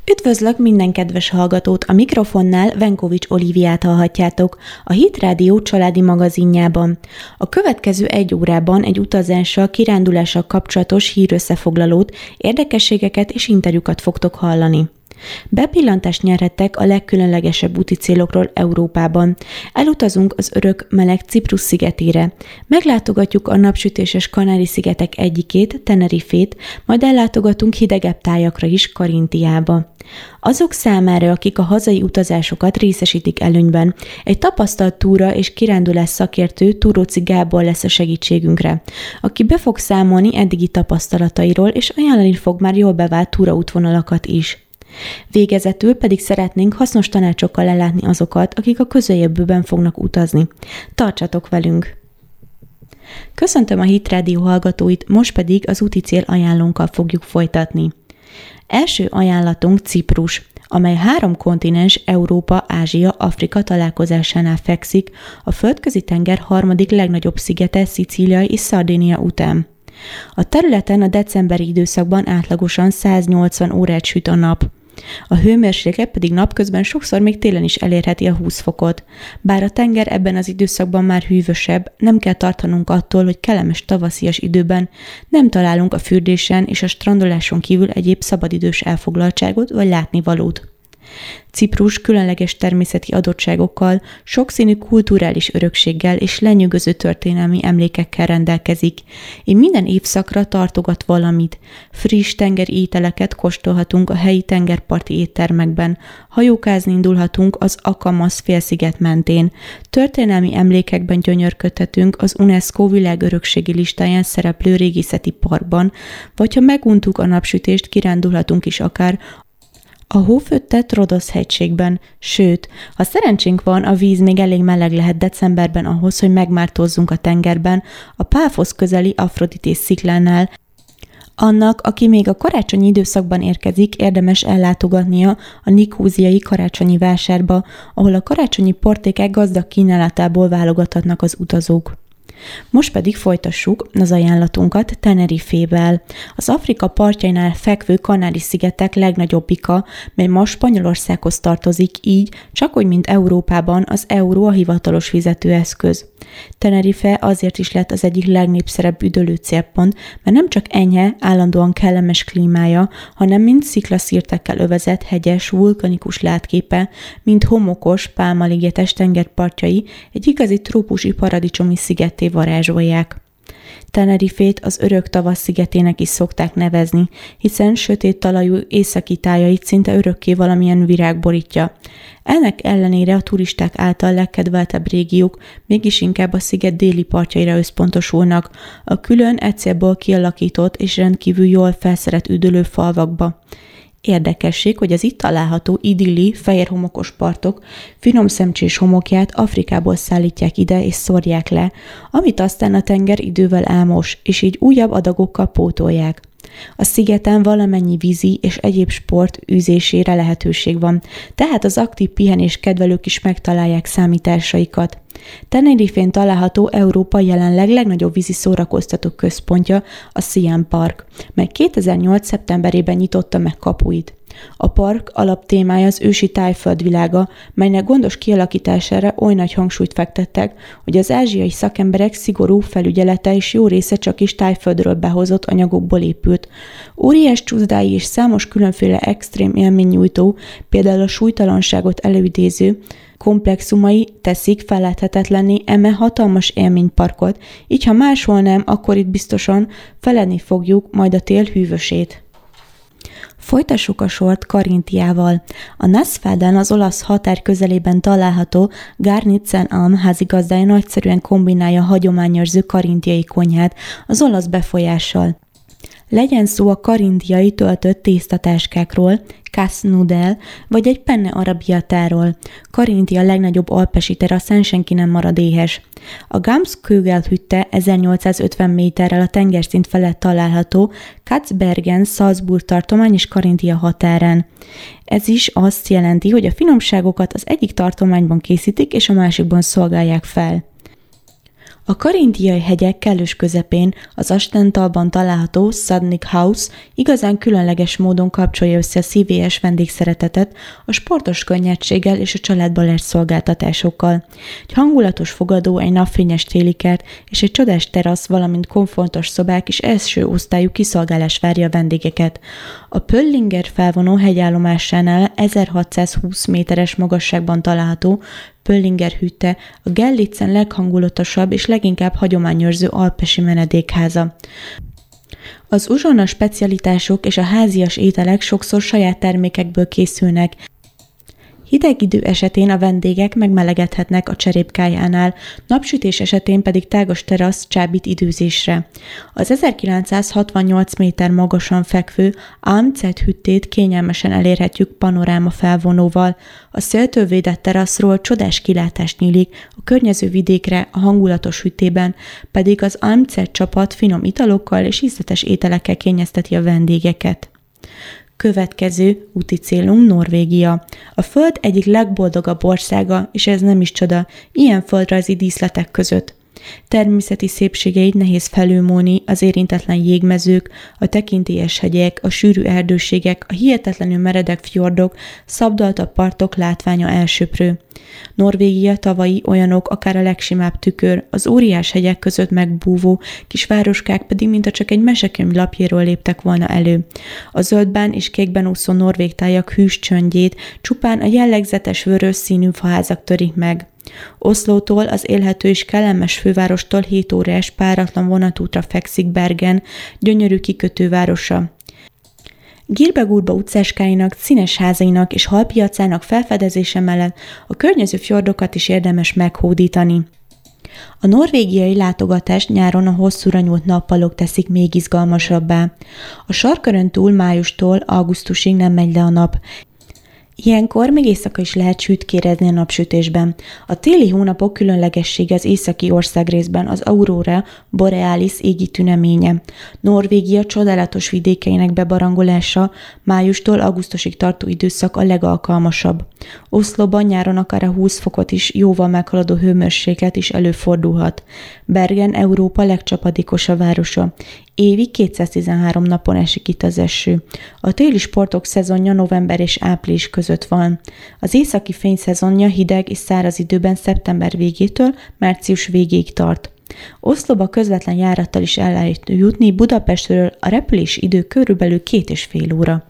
Üdvözlök minden kedves hallgatót! A mikrofonnál Venkovics Oliviát hallhatjátok a Hit Rádió családi magazinjában. A következő 1 órában egy utazással, kirándulással kapcsolatos hírösszefoglalót, érdekességeket és interjúkat fogtok hallani. Bepillantást nyerhettek a legkülönlegesebb úti célokról Európában. Elutazunk az örök meleg Ciprus szigetére. Meglátogatjuk a napsütéses Kanári-szigetek egyikét, Tenerifét, majd ellátogatunk hidegebb tájakra is, Karintiába. Azok számára, akik a hazai utazásokat részesítik előnyben, egy tapasztalt túra és kirándulás szakértő, Túróczy Gábor lesz a segítségünkre, aki be fog számolni eddigi tapasztalatairól és ajánlani fog már jól bevált túraútvonalakat is. Végezetül pedig szeretnénk hasznos tanácsokkal ellátni azokat, akik a közeljövőben fognak utazni. Tartsatok velünk! Köszöntöm a Hit Rádió hallgatóit, most pedig az úti cél ajánlónkkal fogjuk folytatni. Első ajánlatunk Ciprus, amely 3 kontinens, Európa, Ázsia, Afrika találkozásánál fekszik, a Földközi-tenger harmadik legnagyobb szigete Szicília és Szardénia után. A területen a decemberi időszakban átlagosan 180 órát süt a nap. A hőmérséklet pedig napközben sokszor még télen is elérheti a 20 fokot. Bár a tenger ebben az időszakban már hűvösebb, nem kell tartanunk attól, hogy kellemes tavaszias időben nem találunk a fürdésen és a strandoláson kívül egyéb szabadidős elfoglaltságot vagy látnivalót. Ciprus különleges természeti adottságokkal, sokszínű kulturális örökséggel és lenyűgöző történelmi emlékekkel rendelkezik. Így minden évszakra tartogat valamit. Friss tengeri ételeket kóstolhatunk a helyi tengerparti éttermekben, hajókázni indulhatunk az Akamas félsziget mentén, történelmi emlékekben gyönyörködhetünk az UNESCO világörökségi listáján szereplő régészeti parkban, vagy ha meguntuk a napsütést, kirándulhatunk is akár a hóföttett Rodosz hegységben, sőt, ha szerencsénk van, a víz még elég meleg lehet decemberben ahhoz, hogy megmártózzunk a tengerben, a Páfosz közeli Afrodités sziklánál. Annak, aki még a karácsonyi időszakban érkezik, érdemes ellátogatnia a nikóziai karácsonyi vásárba, ahol a karácsonyi portékák gazdag kínálatából válogathatnak az utazók. Most pedig folytassuk az ajánlatunkat Tenerifével. Az Afrika partjainál fekvő Kanári-szigetek legnagyobbika, mely ma Spanyolországhoz tartozik, így, csakhogy mint Európában, az euró a hivatalos fizetőeszköz. Tenerife azért is lett az egyik legnépszerűbb üdülő célpont, mert nem csak enyhe, állandóan kellemes klímája, hanem mind sziklaszirtekkel övezett hegyes, vulkanikus látképe, mint homokos, pálmaligetes tengerpartjai egy igazi trópusi paradicsomi szigetté varázsolják. Tenerifét az örök tavasz szigetének is szokták nevezni, hiszen sötét talajú északi tájait szinte örökké valamilyen virág borítja. Ennek ellenére a turisták által legkedveltebb régiók mégis inkább a sziget déli partjaira összpontosulnak, a külön egy célból kialakított és rendkívül jól felszerelt üdülő falvakba. Érdekesség, hogy az itt található idilli, fehér homokos partok finom szemcsés homokját Afrikából szállítják ide és szórják le, amit aztán a tenger idővel elmos, és így újabb adagokkal pótolják. A szigeten valamennyi vízi és egyéb sport űzésére lehetőség van, tehát az aktív pihenés kedvelők is megtalálják számításaikat. Tenerifén található Európa jelenleg legnagyobb vízi szórakoztató központja, a Siam Park, mely 2008. szeptemberében nyitotta meg kapuit. A park alaptémája az ősi tájföldvilága, melynek gondos kialakítására oly nagy hangsúlyt fektettek, hogy az ázsiai szakemberek szigorú felügyelete és jó része csak is tájföldről behozott anyagokból épült. Óriás csúszdái és számos különféle extrém élménynyújtó, például a súlytalanságot előidéző komplexumai teszik feledhetetlenné eme hatalmas élményparkot, így ha máshol nem, akkor itt biztosan feledni fogjuk majd a tél hűvösét. Folytassuk a sort Karintiával. A Nasfádán az olasz határ közelében található Garnitzen Alm házigazdája nagyszerűen kombinálja a hagyományőrző karintiai konyhát az olasz befolyással. Legyen szó a karintiai töltött tésztatáskákról, Kassnudel, vagy egy penne arrabbiatáról. Karintia legnagyobb alpesi teraszán senki nem marad éhes. A Gamskogel-hütte 1850 méterrel a tengerszint felett található Katzbergen, Salzburg tartomány és Karintia határán. Ez is azt jelenti, hogy a finomságokat az egyik tartományban készítik és a másikban szolgálják fel. A karintiai hegyek kellős közepén az Astentalban található Szadnik House igazán különleges módon kapcsolja össze a szívélyes vendégszeretetet a sportos könnyedséggel és a családbarát szolgáltatásokkal. Egy hangulatos fogadó, egy napfényes téli kert és egy csodás terasz, valamint komfortos szobák és első osztályú kiszolgálás várja a vendégeket. A Pöllinger felvonó hegyallomásánál 1620 méteres magasságban található Pöllinger hütte a Gellitzen leghangulatosabb és leginkább hagyományőrző alpesi menedékháza. Az uzsonna specialitások és a házias ételek sokszor saját termékekből készülnek. Hideg idő esetén a vendégek megmelegedhetnek a cserépkájánál, napsütés esetén pedig tágas terasz csábít időzésre. Az 1968 méter magasan fekvő Almzeit hüttét kényelmesen elérhetjük panoráma felvonóval. A széltől védett teraszról csodás kilátás nyílik, a környező vidékre a hangulatos hüttében pedig az Almzeit csapat finom italokkal és ízletes ételekkel kényezteti a vendégeket. Következő úti célunk Norvégia. A Föld egyik legboldogabb országa, és ez nem is csoda, ilyen földrajzi díszletek között. Természeti szépségeit nehéz felülmúlni, az érintetlen jégmezők, a tekintélyes hegyek, a sűrű erdőségek, a hihetetlenül meredek fjordok, szabdaltabb partok látványa elsöprő. Norvégia tavai olyanok, akár a legsimább tükör, az óriás hegyek között megbúvó kis városkák pedig mintha csak egy mesekönyv lapjáról léptek volna elő. A zöldben és kékben úszó norvég tájak hűs csöndjét csupán a jellegzetes vörös színű faházak törik meg. Oszlótól, az élhető és kellemes fővárostól 7 órás páratlan vonatútra fekszik Bergen, gyönyörű kikötővárosa. Gírbegúrba utcáskáinak, színes házainak és halpiacának felfedezése mellett a környező fjordokat is érdemes meghódítani. A norvégiai látogatást nyáron a hosszúra nyúlt nappalok teszik még izgalmasabbá. A sarkkörön túl májustól augusztusig nem megy le a nap. Ilyenkor még éjszaka is lehet sütkérezni a napsütésben. A téli hónapok különlegessége az északi országrészben az aurora borealis égi tüneménye. Norvégia csodálatos vidékeinek bebarangolása májustól augusztusig tartó időszak a legalkalmasabb. Oszlóban nyáron akár a 20 fokot is jóval meghaladó hőmérséklet is előfordulhat. Bergen Európa legcsapadékosabb városa. Évi 213 napon esik itt az eső. A téli sportok szezonja november és április között van. Az északi fényszezonja hideg és száraz időben szeptember végétől március végéig tart. Oszlóba közvetlen járattal is el lehet jutni, Budapestről a repülés idő körülbelül 2,5 óra.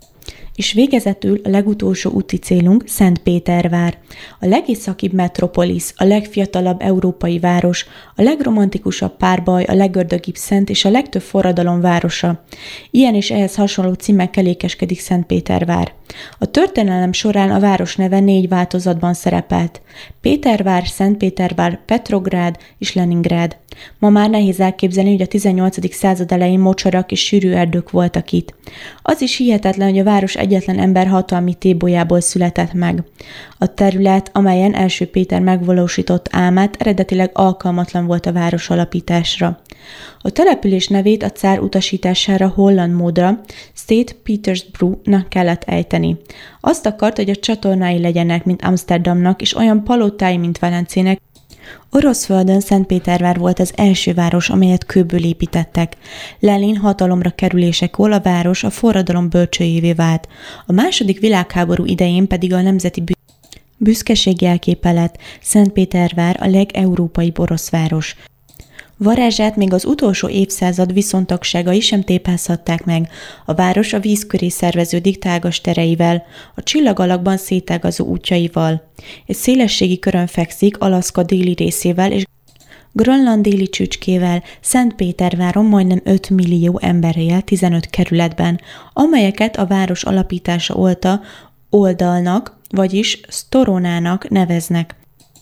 És végezetül a legutolsó úti célunk Szentpétervár. A legészakibb metropolisz, a legfiatalabb európai város, a legromantikusabb párbaj, a legördögibb szent és a legtöbb forradalom városa. Ilyen és ehhez hasonló címekkel ékeskedik Szentpétervár. A történelem során a város neve 4 változatban szerepelt. Pétervár, Szentpétervár, Petrográd és Leningrád. Ma már nehéz elképzelni, hogy a 18. század elején mocsarak és sűrű erdők voltak itt. Az is hihetetlen, hogy a város egyetlen ember hatalmi tébolyából született meg. A terület, amelyen első Péter megvalósított álmát, eredetileg alkalmatlan volt a város alapításra. A település nevét a cár utasítására holland módra Szent Petersburgnak kellett ejteni. Azt akart, hogy a csatornái legyenek, mint Amsterdamnak, és olyan palotái, mint Velencének. Oroszföldön Szentpétervár volt az első város, amelyet kőből építettek. Lenin hatalomra kerülésekor a város a forradalom bölcsőjévé vált. A második világháború idején pedig a nemzeti büszkeség jelképe lett. Szentpétervár a legeurópaibb orosz város. Varázsát még az utolsó évszázad viszontagságai sem tépázhatták meg. A város a víz köré szerveződik tágas tereivel, a csillagalakban szétágazó útjaival. Egy szélességi körön fekszik Alaszka déli részével és Grönland déli csücskével. Szentpéterváron majdnem 5 millió ember él 15 kerületben, amelyeket a város alapítása óta oldalnak, vagyis Storonának neveznek.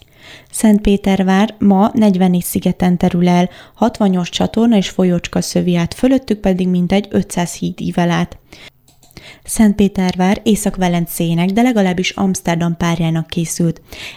Szentpétervár ma 44 szigeten terül el, 68 csatorna és folyócska szövi át, fölöttük pedig mintegy 500 híd ível át. Szentpétervár Észak-Velencének, de legalábbis Amsterdam párjának készült.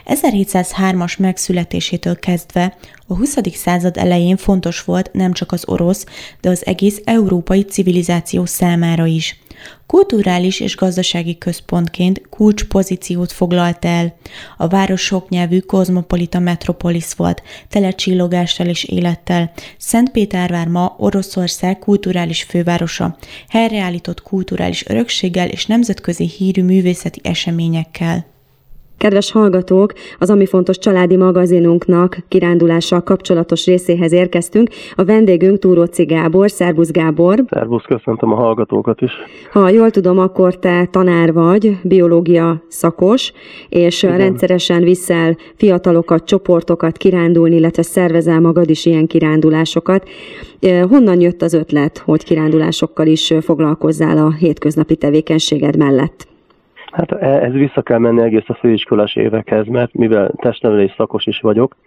1703-as megszületésétől kezdve a 20. század elején fontos volt nem csak az orosz, de az egész európai civilizáció számára is. Kulturális és gazdasági központként kulcspozíciót foglalt el. A város soknyelvű kozmopolita metropolis volt, tele csillogással és élettel. Szentpétervár ma Oroszország kulturális fővárosa, helyreállított kulturális örökséggel és nemzetközi hírű művészeti eseményekkel. Kedves hallgatók, az Ami Fontos családi magazinunknak kirándulással kapcsolatos részéhez érkeztünk. A vendégünk Túróczy Gábor. Szervusz Gábor! Szervusz, köszöntöm a hallgatókat is. Ha jól tudom, akkor te tanár vagy, biológia szakos, és igen, rendszeresen viszel fiatalokat, csoportokat kirándulni, illetve szervezel magad is ilyen kirándulásokat. Honnan jött az ötlet, hogy kirándulásokkal is foglalkozzál a hétköznapi tevékenységed mellett? Hát ez vissza kell menni egész a főiskolás évekhez, mert mivel testnevelés szakos is vagyok,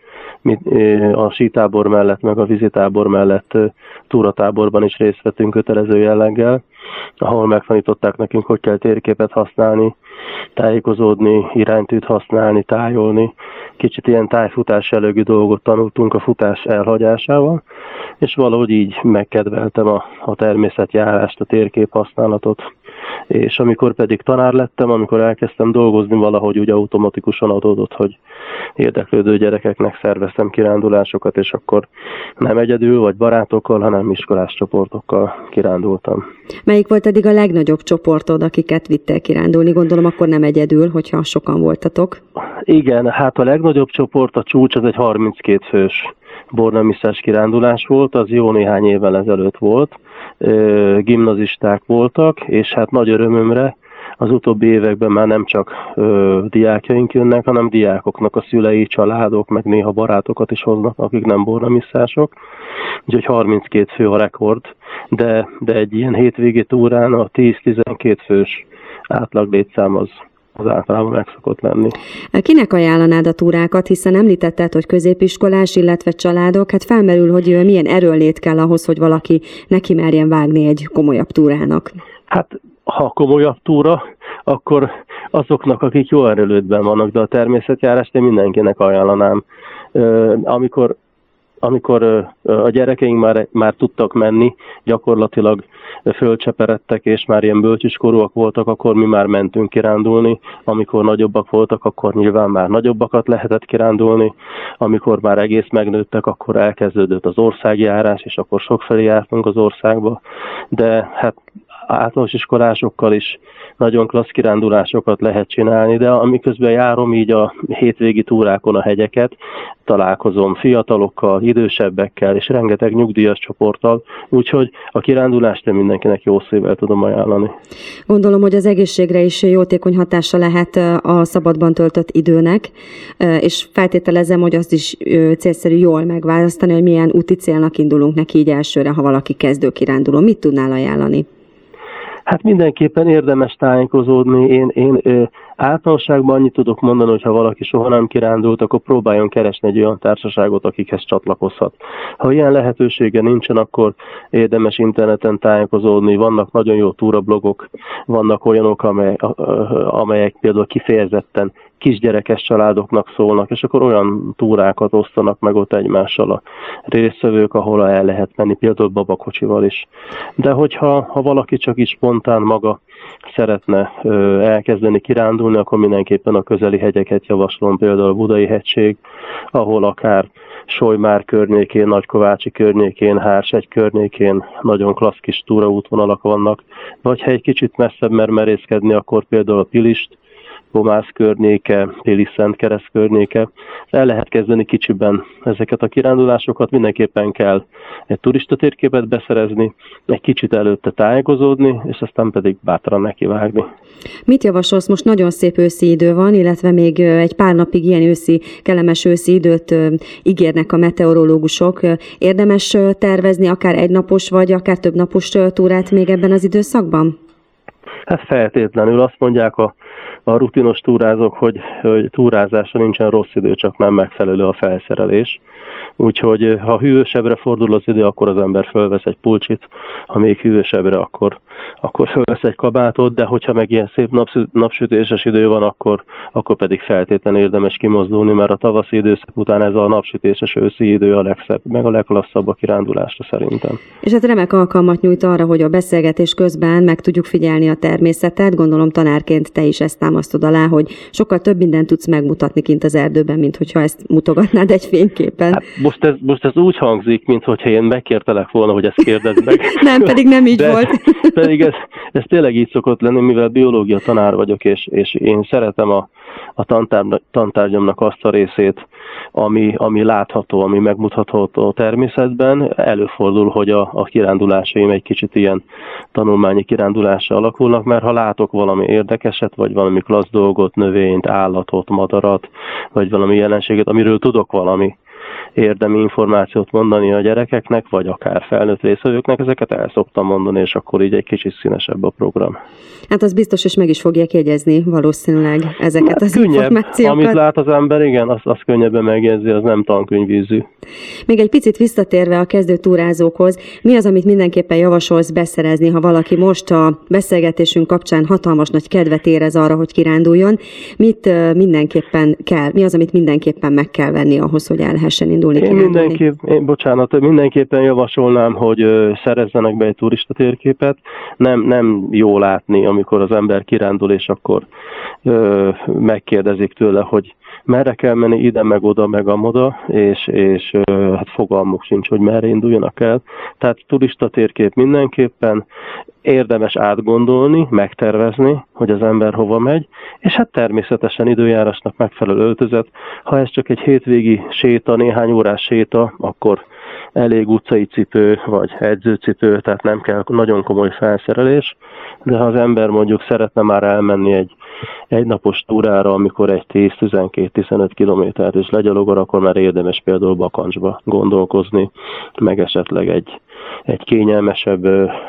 a sítábor mellett, meg a vízitábor mellett túratáborban is részt vettünk kötelező jelleggel, ahol megtanították nekünk, hogy kell térképet használni, tájékozódni, iránytűt használni, tájolni. Kicsit ilyen tájfutás jellegű dolgot tanultunk a futás elhagyásával, és valahogy így megkedveltem a természetjárást, a térkép használatot. És amikor pedig tanár lettem, amikor elkezdtem dolgozni, valahogy úgy automatikusan adódott, hogy érdeklődő gyerekeknek szerveztem kirándulásokat, és akkor nem egyedül vagy barátokkal, hanem iskolás csoportokkal kirándultam. Melyik volt eddig a legnagyobb csoportod, akiket vittél kirándulni? Gondolom akkor nem egyedül, hogyha sokan voltatok. Igen, hát a legnagyobb csoport, a csúcs, az egy 32 fős bornemisztás kirándulás volt, az jó néhány évvel ezelőtt volt. Gimnazisták voltak, és hát nagy örömömre az utóbbi években már nem csak diákjaink jönnek, hanem diákoknak a szülei, családok, meg néha barátokat is hoznak, akik nem bornemisztások. Úgyhogy 32 fő a rekord, de egy ilyen hétvégi túrán a 10-12 fős átlag létszám az általában meg szokott lenni. Kinek ajánlanád a túrákat, hiszen említetted, hogy középiskolás, illetve családok, hát felmerül, hogy milyen erőnlét kell ahhoz, hogy valaki neki merjen vágni egy komolyabb túrának. Hát, ha komolyabb túra, akkor azoknak, akik jó erőlőtben vannak, de a természetjárást én mindenkinek ajánlanám. Amikor a gyerekeink már tudtak menni, gyakorlatilag fölcseperedtek, és már ilyen bölcsiskorúak voltak, akkor mi már mentünk kirándulni. Amikor nagyobbak voltak, akkor nyilván már nagyobbakat lehetett kirándulni. Amikor már egész megnőttek, akkor elkezdődött az országjárás, és akkor sokfelé jártunk az országba. De hát általános iskolásokkal is nagyon klassz kirándulásokat lehet csinálni, de amiközben járom így a hétvégi túrákon a hegyeket, találkozom fiatalokkal, idősebbekkel és rengeteg nyugdíjas csoporttal, úgyhogy a kirándulást én mindenkinek jó szívvel tudom ajánlani. Gondolom, hogy az egészségre is jótékony hatása lehet a szabadban töltött időnek, és feltételezem, hogy azt is célszerű jól megválasztani, hogy milyen úti célnak indulunk neki így elsőre, ha valaki kezdő kiránduló. Mit tudnál ajánlani? Hát mindenképpen érdemes tájékozódni. Én általánosságban annyit tudok mondani, hogy ha valaki soha nem kirándult, akkor próbáljon keresni egy olyan társaságot, akikhez csatlakozhat. Ha ilyen lehetősége nincsen, akkor érdemes interneten tájékozódni. Vannak nagyon jó túrablogok, vannak olyanok, amelyek például kifejezetten kisgyerekes családoknak szólnak, és akkor olyan túrákat osztanak meg ott egymással a résztvevők, ahol el lehet menni, például babakocsival is. De hogyha valaki csak is spontán maga szeretne elkezdeni kirándulni, akkor mindenképpen a közeli hegyeket javaslom, például a Budai hegység, ahol akár Solymár környékén, Nagykovácsi környékén, Hársegy környékén nagyon klassz kis túraútvonalak vannak. Vagy ha egy kicsit messzebb mer merészkedni, akkor például a Pilist, Pomász környéke, Pilis-Szentkereszt környéke. El lehet kezdeni kicsiben ezeket a kirándulásokat, mindenképpen kell egy turista térképet beszerezni, egy kicsit előtte tájékozódni, és aztán pedig bátran nekivágni. Mit javasolsz? Most nagyon szép őszi idő van, illetve még egy pár napig ilyen kellemes őszi időt ígérnek a meteorológusok. Érdemes tervezni akár egynapos, vagy akár többnapos túrát még ebben az időszakban? Hát feltétlenül azt mondják a a rutinos túrázók, hogy túrázásra nincsen rossz idő, csak nem megfelelő a felszerelés. Úgyhogy ha hűvösebbre fordul az idő, akkor az ember fölvesz egy pulcsit, ha még hűvösebbre, akkor fölvesz egy kabátot, de hogyha meg ilyen szép napsütéses idő van, akkor pedig feltétlenül érdemes kimozdulni, mert a tavaszi időszak után ez a napsütéses őszi idő a legszebb, meg a leglasszabb a kirándulásra szerintem. És hát remek alkalmat nyújt arra, hogy a beszélgetés közben meg tudjuk figyelni a természetet. Gondolom tanárként te is ezt támasztod alá, hogy sokkal több mindent tudsz megmutatni kint az erdőben, mint hogyha ezt mutogatnád egy fényképen. Hát most ez úgy hangzik, mintha én megkértelek volna, hogy ezt kérdezd meg. Nem, pedig nem így volt. Pedig ez tényleg így szokott lenni, mivel biológia tanár vagyok, és én szeretem a tantárgyamnak azt a részét, ami látható, ami megmutatható a természetben. Előfordul, hogy a kirándulásaim egy kicsit ilyen tanulmányi kirándulásra alakulnak, mert ha látok valami érdekeset, vagy valami klassz dolgot, növényt, állatot, madarat, vagy valami jelenséget, amiről tudok valami érdemi információt mondani a gyerekeknek, vagy akár felnőtt résztvevőknek, ezeket el szoktam mondani, és akkor így egy kicsit színesebb a program. Hát az biztos, és meg is fogják jegyezni valószínűleg ezeket az könnyebb, információkat. Amit lát az ember, igen, az könnyebben megjegyzi, az nem tankönyvízű. Még egy picit visszatérve a kezdő túrázókhoz, mi az, amit mindenképpen javasolsz beszerezni, ha valaki most a beszélgetésünk kapcsán hatalmas nagy kedvet érez arra, hogy kiránduljon? Mit mindenképpen kell? Mi az, amit mindenképpen meg kell venni ahhoz, hogy el lehessen indulni kirándulni? Mindenképpen javasolnám, hogy szerezzenek be egy turista térképet. Nem jó látni, amikor az ember kirándul, és akkor megkérdezik tőle, hogy merre kell menni, ide, meg oda, meg amoda, és hát fogalmuk sincs, hogy merre induljanak el. Tehát turista térkép mindenképpen érdemes átgondolni, megtervezni, hogy az ember hova megy, és hát természetesen időjárásnak megfelelő öltözet. Ha ez csak egy hétvégi séta, néhány órás séta, akkor elég utcai cipő, vagy edzőcipő, tehát nem kell nagyon komoly felszerelés, de ha az ember mondjuk szeretne már elmenni egy napos túrára, amikor egy 10-12-15 kilométert is legyalogol, akkor már érdemes például bakancsba gondolkozni, meg esetleg egy kényelmesebb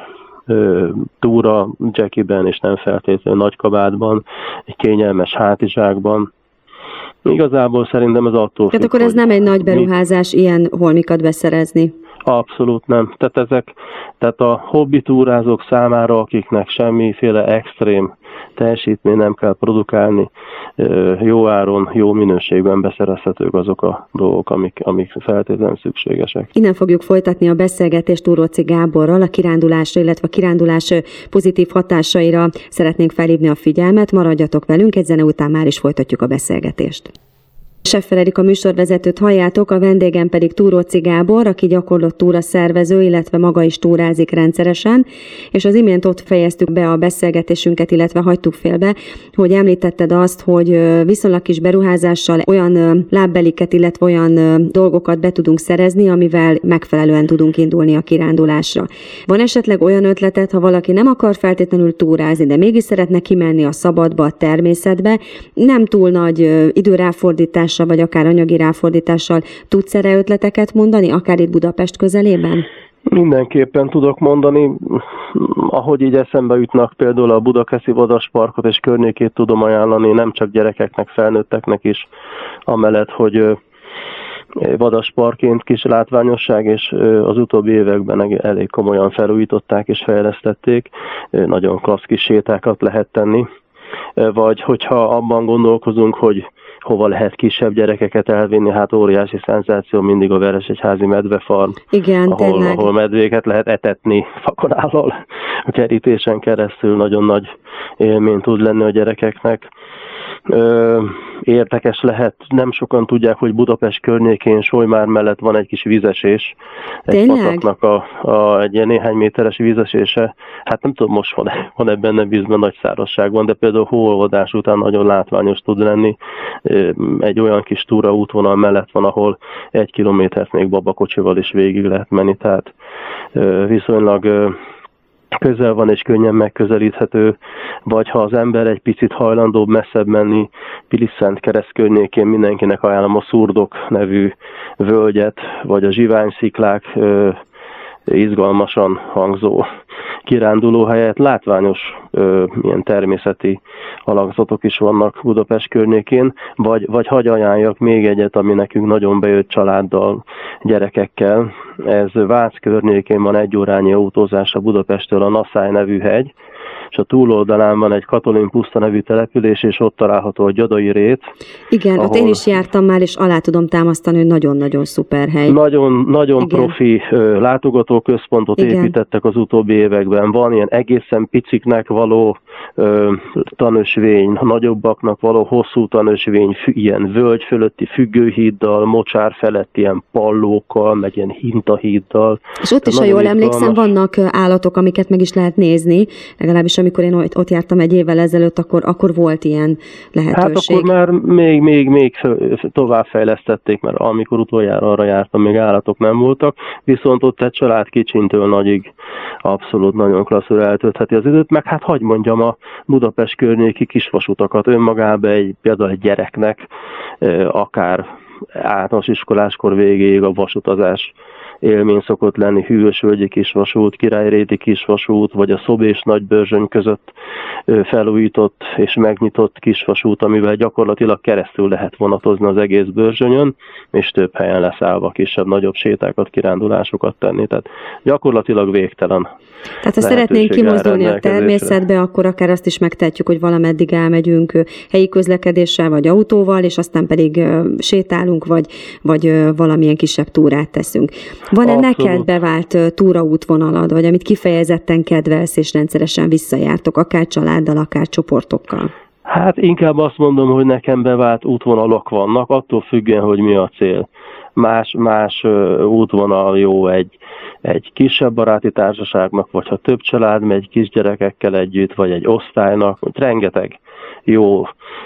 túra jackiben, és nem feltétlenül nagy kabátban, egy kényelmes hátizsákban. Igazából szerintem ez attól függ, tehát akkor ez nem egy nagy beruházás ilyen holmikat beszerezni? Abszolút nem. Tehát a hobbi túrázók számára, akiknek semmiféle extrém teljesítmény nem kell produkálni, jó áron, jó minőségben beszerezhetők azok a dolgok, amik feltétlenül szükségesek. Innen fogjuk folytatni a beszélgetést Túróczy Gáborral, a kirándulásra, illetve a kirándulás pozitív hatásaira szeretnénk felhívni a figyelmet. Maradjatok velünk, egy zene után már is folytatjuk a beszélgetést. Seffer Erika műsorvezetőt halljátok, a vendégem pedig Túróczy Gábor, aki gyakorlott túraszervező, illetve maga is túrázik rendszeresen, és az imént ott fejeztük be a beszélgetésünket, illetve hagytuk félbe, hogy említetted azt, hogy viszonylag kis beruházással olyan lábbeliket, illetve olyan dolgokat be tudunk szerezni, amivel megfelelően tudunk indulni a kirándulásra. Van esetleg olyan ötleted, ha valaki nem akar feltétlenül túrázni, de mégis szeretne kimenni a szabadba, a természetbe, nem túl nagy időráfordítás, vagy akár anyagi ráfordítással tudsz erre ötleteket mondani, akár itt Budapest közelében? Mindenképpen tudok mondani, ahogy így eszembe jutnak, például a Budakeszi Vadasparkot és környékét tudom ajánlani, nem csak gyerekeknek, felnőtteknek is, amellett, hogy vadasparkként kis látványosság, és az utóbbi években elég komolyan felújították és fejlesztették, nagyon klassz kis sétákat lehet tenni, vagy hogyha abban gondolkozunk, hogy hova lehet kisebb gyerekeket elvinni, hát óriási szenzáció mindig a Veresegyházi medvefarm, igen, ahol medvéket lehet etetni fakonállal, a kerítésen keresztül nagyon nagy élmény tud lenni a gyerekeknek. Érdekes lehet, nem sokan tudják, hogy Budapest környékén, Solymár mellett van egy kis vízesés. Egy pataknak egy ilyen néhány méteres vízesése. Hát nem tudom, most van ebben nem vízben nagy szárazság van, de például hóolvadás után nagyon látványos tud lenni. Egy olyan kis túraútvonal mellett van, ahol 1 kilométert még babakocsival is végig lehet menni, tehát viszonylag közel van és könnyen megközelíthető, vagy ha az ember egy picit hajlandóbb messzebb menni, Pilis-Szentkereszt környékén mindenkinek ajánlom a Szurdok nevű völgyet, vagy a Zsiványsziklák izgalmasan hangzó kiránduló helyet, látványos ilyen természeti alakzatok is vannak Budapest környékén, vagy hagy ajánljak még egyet, ami nekünk nagyon bejött családdal, gyerekekkel. Ez Vác környékén van 1 órányi autózás a Budapesttől, a Naszály nevű hegy, és a túloldalán van egy Katalin puszta nevű település, és ott található a Gyadai rét. Igen, ahol... ott én is jártam már, és alá tudom támasztani, hogy nagyon-nagyon szuper hely. Nagyon profi látogatóközpontot építettek az utóbbi években. Van ilyen egészen piciknek való tanösvény, nagyobbaknak való hosszú tanösvény, ilyen völgy fölötti függőhíddal, mocsár felett ilyen pallókkal, meg ilyen hintahíddal. És ott is, ha jól emlékszem, vannak állatok, amiket meg is lehet nézni, legalábbis amikor én ott jártam egy évvel ezelőtt, akkor volt ilyen lehetőség. Hát akkor már még továbbfejlesztették, mert amikor utoljára arra jártam, még állatok nem voltak, viszont ott egy család kicsintől nagyig abszolút nagyon klasszul eltöltheti az időt, meg hát hadd mondjam, a Budapest környéki kisvasutakat önmagában például egy gyereknek akár általános iskoláskor végéig a vasutazás élmény szokott lenni, Hűvösvölgyi kisvasút, Királyréti kisvasút, vagy a Szob és Nagybörzsöny között felújított és megnyitott kisvasút, amivel gyakorlatilag keresztül lehet vonatozni az egész Börzsönyön, és több helyen leszállva kisebb-nagyobb sétákat, kirándulásokat tenni. Tehát gyakorlatilag végtelen. Tehát ha szeretnénk kimozdulni a természetbe, akkor akár azt is megtehetjük, hogy valameddig elmegyünk helyi közlekedéssel, vagy autóval, és aztán pedig sétálunk, vagy valamilyen kisebb túrát teszünk. Van-e neked bevált túraútvonalad, vagy amit kifejezetten kedvelsz, és rendszeresen visszajártok, akár családdal, akár csoportokkal? Hát inkább azt mondom, hogy nekem bevált útvonalak vannak, attól függően, hogy mi a cél. Más útvonal jó egy kisebb baráti társaságnak, vagy ha több család megy kisgyerekekkel együtt, vagy egy osztálynak, vagy rengeteg jó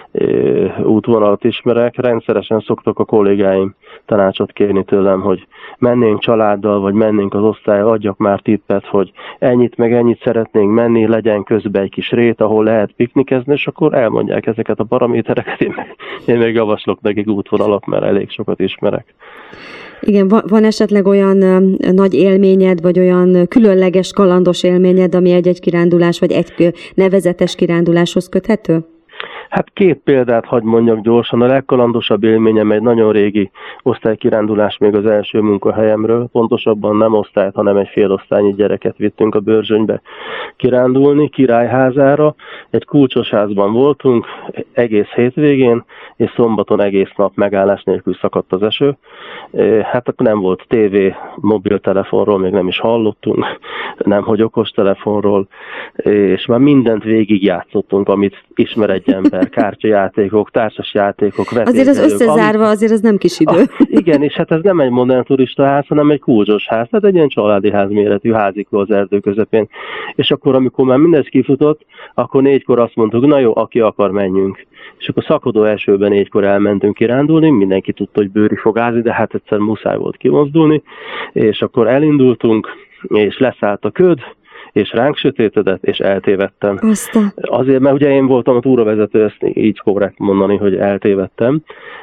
útvonalat ismerek. Rendszeresen szoktak a kollégáim tanácsot kérni tőlem, hogy mennénk családdal, vagy mennénk az osztályra, adjak már tippet, hogy ennyit meg ennyit szeretnénk menni, legyen közben egy kis rét, ahol lehet piknikezni, és akkor elmondják ezeket a paramétereket, én meg javaslok nekik útvonalat, mert elég sokat ismerek. Igen, van esetleg olyan nagy élményed, vagy olyan különleges kalandos élményed, ami egy kirándulás, vagy egy nevezetes kiránduláshoz köthető? Hát 2 példát hadd mondjak gyorsan. A legkalandosabb élményem egy nagyon régi osztálykirándulás még az első munkahelyemről. Pontosabban nem osztályt, hanem egy félosztálynyi gyereket vittünk a Börzsönybe kirándulni, Királyházára. Egy kulcsos házban voltunk egész hétvégén, és szombaton egész nap megállás nélkül szakadt az eső. Hát akkor nem volt tévé, mobiltelefonról még nem is hallottunk, nemhogy okostelefonról, és már mindent végig játszottunk, amit ismer egy ember. Kártyajátékok, társasjátékok, azért az összezárva, azért az nem kis idő. Igen, és hát ez nem egy modern turista ház, hanem egy kulcsos ház, tehát egy ilyen családi ház méretű házikó az erdő közepén. És akkor, amikor már mindez kifutott, akkor 4-kor azt mondtuk, na jó, aki akar, menjünk. És akkor szakadó esőben 4-kor elmentünk kirándulni, mindenki tudta, hogy bőri fog ázni, de hát egyszer muszáj volt kimozdulni, és akkor elindultunk, és leszállt a köd, és ránk sötétedett, és eltévedtem. Azért, mert ugye én voltam a túravezető, ezt így korrekt mondani, hogy eltévedtem,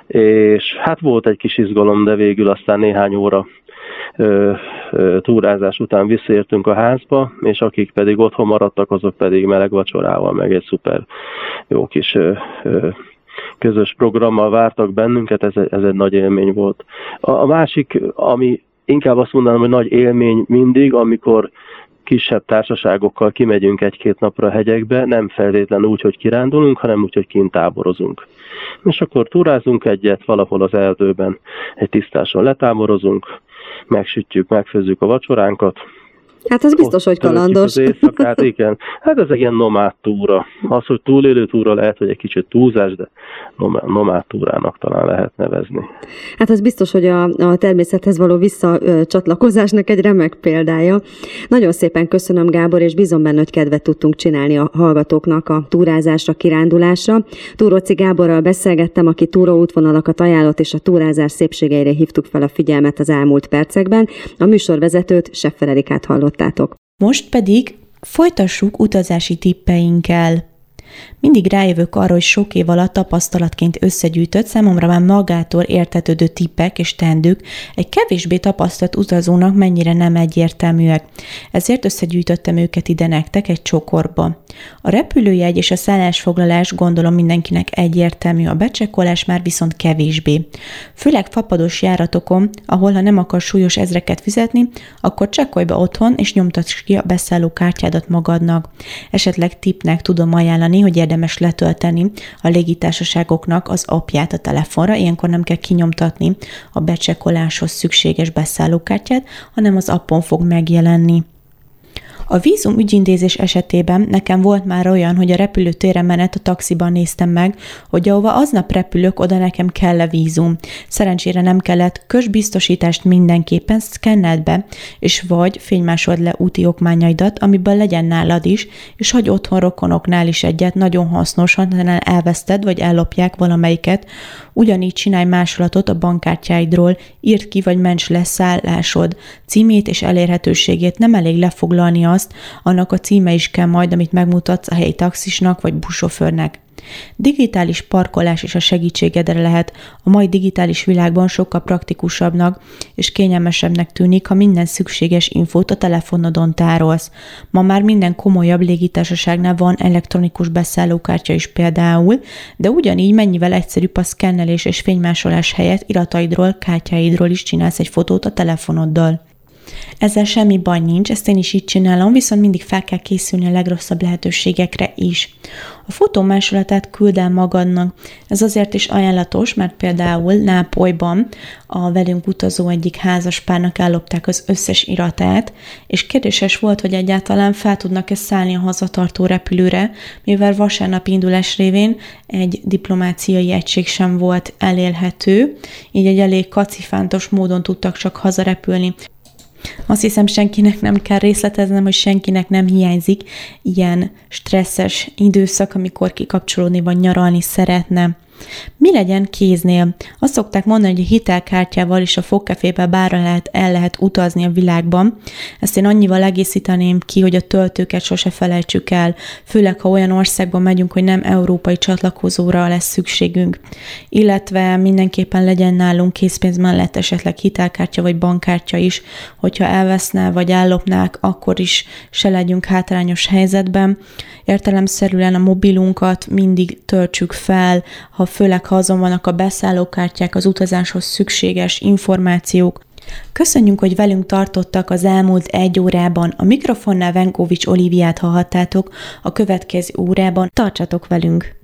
és hát volt egy kis izgalom, de végül aztán néhány óra túrázás után visszaértünk a házba, és akik pedig otthon maradtak, azok pedig meleg vacsorával, meg egy szuper jó kis közös programmal vártak bennünket, ez egy nagy élmény volt. A másik, ami inkább azt mondanám, hogy nagy élmény mindig, amikor kisebb társaságokkal kimegyünk 1-2 napra a hegyekbe, nem feltétlenül úgy, hogy kirándulunk, hanem úgy, hogy kint táborozunk. És akkor túrázunk egyet valahol az erdőben, egy tisztáson letáborozunk, megsütjük, megfőzzük a vacsoránkat. Hát ez biztos, hogy kalandos. Éjszakát, igen. Hát ez egy ilyen nomád túra. Az, hogy túlélő túra lehet, hogy egy kicsit túlzás, de nomád túrának talán lehet nevezni. Hát ez biztos, hogy a természethez való visszacsatlakozásnak egy remek példája. Nagyon szépen köszönöm, Gábor, és bízom benne, hogy kedvet tudtunk csinálni a hallgatóknak a túrázásra, kirándulásra. Túróczi Gáborral beszélgettem, aki túraútvonalakat ajánlott, és a túrázás szépségeire hívtuk fel a figyelmet az elmúlt percekben. A műsorvezetőt, Seffer Erikát hallottátok. Most pedig folytassuk utazási tippeinkkel. Mindig rájövök arra, hogy sok év alatt tapasztalatként összegyűjtött, számomra már magától értetődő tippek és teendők egy kevésbé tapasztalt utazónak mennyire nem egyértelműek. Ezért összegyűjtöttem őket ide nektek egy csokorba. A repülőjegy és a szállásfoglalás gondolom mindenkinek egyértelmű, a becsekkolás már viszont kevésbé. Főleg fapados járatokon, ahol ha nem akar súlyos ezreket fizetni, akkor csekkolj be otthon és nyomtass ki a beszállókártyádat magadnak. Esetleg tippnek tudom ajánlani, hogy érdemes letölteni a légitársaságoknak az appját a telefonra, ilyenkor nem kell kinyomtatni a becsekkoláshoz szükséges beszállókártyát, hanem az appon fog megjelenni. A vízum ügyintézés esetében nekem volt már olyan, hogy a repülőtérre menet a taxiban néztem meg, hogy ahova aznap repülök, oda nekem kell-e vízum. Szerencsére nem kellett, közbiztosítást mindenképpen szkenneld be, és vagy fénymásold le úti okmányaidat, amiből legyen nálad is, és hagy otthon rokonoknál is egyet, nagyon hasznos, ha elveszted, vagy ellopják valamelyiket. Ugyanígy csinálj másolatot a bankkártyáidról, írd ki, vagy ments le szállásod címét és elérhetőségét, nem elég lefoglalni azt, annak a címe is kell majd, amit megmutatsz a helyi taxisnak vagy buszsofőrnek. Digitális parkolás is a segítségedre lehet. A mai digitális világban sokkal praktikusabbnak és kényelmesebbnek tűnik, ha minden szükséges infót a telefonodon tárolsz. Ma már minden komolyabb légitársaságnál van elektronikus beszállókártya is például, de ugyanígy mennyivel egyszerűbb a szkennelés és fénymásolás helyett irataidról, kártyáidról is csinálsz egy fotót a telefonoddal. Ezzel semmi baj nincs, ezt én is így csinálom, viszont mindig fel kell készülni a legrosszabb lehetőségekre is. A fotó másolatát küld el magadnak. Ez azért is ajánlatos, mert például Nápolyban a velünk utazó egyik házaspárnak ellopták az összes iratát, és kérdéses volt, hogy egyáltalán fel tudnak-e szállni a hazatartó repülőre, mivel vasárnapi indulás révén egy diplomáciai egység sem volt elérhető, így egy elég kacifántos módon tudtak csak hazarepülni. Azt hiszem, senkinek nem kell részleteznem, hogy senkinek nem hiányzik ilyen stresszes időszak, amikor kikapcsolódni vagy nyaralni szeretne. Mi legyen kéznél? Azt szokták mondani, hogy a hitelkártyával és a fogkefével bárra el lehet utazni a világban. Ezt én annyival egészíteném ki, hogy a töltőket sose felejtsük el, főleg ha olyan országban megyünk, hogy nem európai csatlakozóra lesz szükségünk. Illetve mindenképpen legyen nálunk készpénz mellett esetleg hitelkártya vagy bankkártya is, hogyha elveszne vagy ellopnák, akkor is se legyünk hátrányos helyzetben. Értelemszerűen a mobilunkat mindig töltsük fel, főleg ha azon vannak a beszállókártyák, az utazáshoz szükséges információk. Köszönjük, hogy velünk tartottak az elmúlt 1 órában. A mikrofonnál Venkovics Oliviát hallhattátok, a következő órában tartsatok velünk!